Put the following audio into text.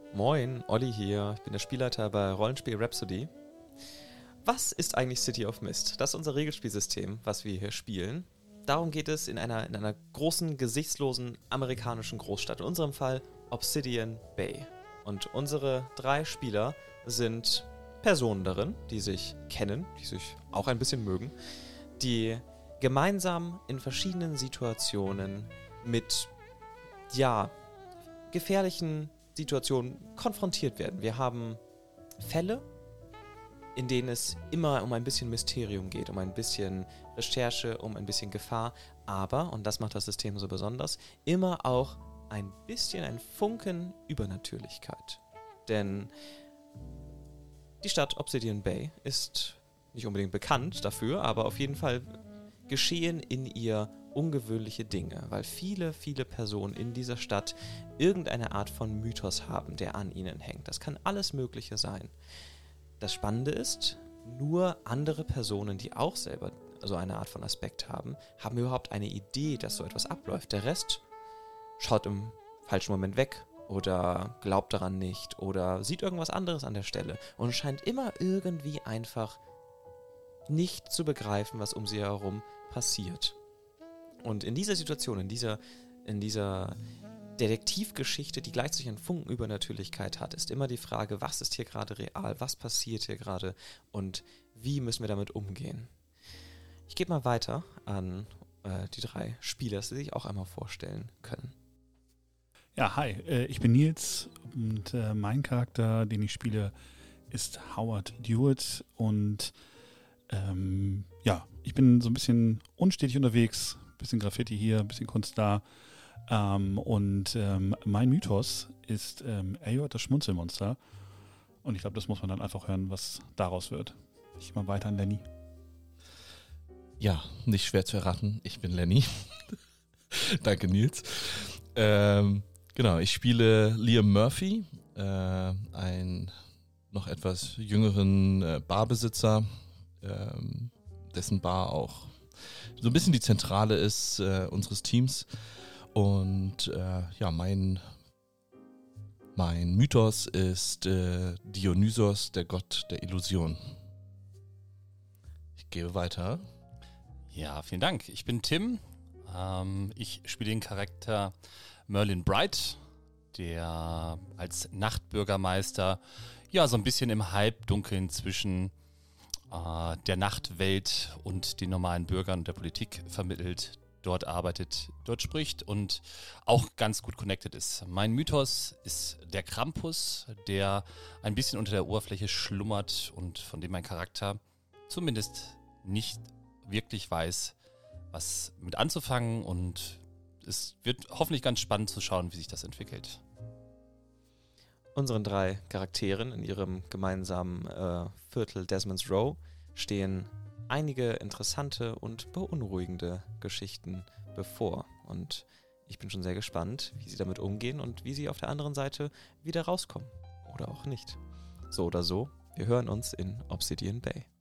Moin, Olli hier. Ich bin der Spielleiter bei Rollenspiel Rhapsody. Was ist eigentlich City of Mist? Das ist unser Regelspielsystem, was wir hier spielen. Darum geht es in einer großen, gesichtslosen amerikanischen Großstadt. In unserem Fall Obsidian Bay. Und unsere 3 Spieler sind Personen darin, die sich kennen, die sich auch ein bisschen mögen, die gemeinsam in verschiedenen Situationen mit, gefährlichen Situationen konfrontiert werden. Wir haben Fälle, in denen es immer um ein bisschen Mysterium geht, um ein bisschen Recherche, um ein bisschen Gefahr, aber, und das macht das System so besonders, immer auch ein bisschen ein Funken Übernatürlichkeit. Denn die Stadt Obsidian Bay ist nicht unbedingt bekannt dafür, aber auf jeden Fall geschehen in ihr ungewöhnliche Dinge, weil viele, viele Personen in dieser Stadt irgendeine Art von Mythos haben, der an ihnen hängt. Das kann alles Mögliche sein. Das Spannende ist, nur andere Personen, die auch selber so eine Art von Aspekt haben, haben überhaupt eine Idee, dass so etwas abläuft. Der Rest schaut im falschen Moment weg oder glaubt daran nicht oder sieht irgendwas anderes an der Stelle und scheint immer irgendwie einfach nicht zu begreifen, was um sie herum passiert. Und in dieser Situation, in dieser Detektivgeschichte, die gleichzeitig einen Funken Übernatürlichkeit hat, ist immer die Frage, was ist hier gerade real, was passiert hier gerade und wie müssen wir damit umgehen. Ich gebe mal weiter an die 3 Spieler, dass sie sich auch einmal vorstellen können. Ja, hi, ich bin Nils und mein Charakter, den ich spiele, ist Howard Dewitt und ich bin so ein bisschen unstetig unterwegs, ein bisschen Graffiti hier, ein bisschen Kunst da. Mein Mythos ist Ayo, das Schmunzelmonster. Und ich glaube, das muss man dann einfach hören, was daraus wird. Ich gehe mal weiter an Lenny. Ja, nicht schwer zu erraten. Ich bin Lenny. Danke, Nils. Ich spiele Liam Murphy, einen noch etwas jüngeren Barbesitzer, dessen Bar auch so ein bisschen die Zentrale ist unseres Teams. Und mein Mythos ist Dionysos, der Gott der Illusion. Ich gebe weiter. Ja, vielen Dank. Ich bin Tim. Ich spiele den Charakter Merlin Bright, der als Nachtbürgermeister so ein bisschen im Halbdunkeln zwischen der Nachtwelt und den normalen Bürgern und der Politik vermittelt, dort arbeitet, dort spricht und auch ganz gut connected ist. Mein Mythos ist der Krampus, der ein bisschen unter der Oberfläche schlummert und von dem mein Charakter zumindest nicht wirklich weiß, was mit anzufangen, und es wird hoffentlich ganz spannend zu schauen, wie sich das entwickelt. Unseren 3 Charakteren in ihrem gemeinsamen Viertel Desmond's Row stehen einige interessante und beunruhigende Geschichten bevor. Und ich bin schon sehr gespannt, wie sie damit umgehen und wie sie auf der anderen Seite wieder rauskommen. Oder auch nicht. So oder so, wir hören uns in Obsidian Bay.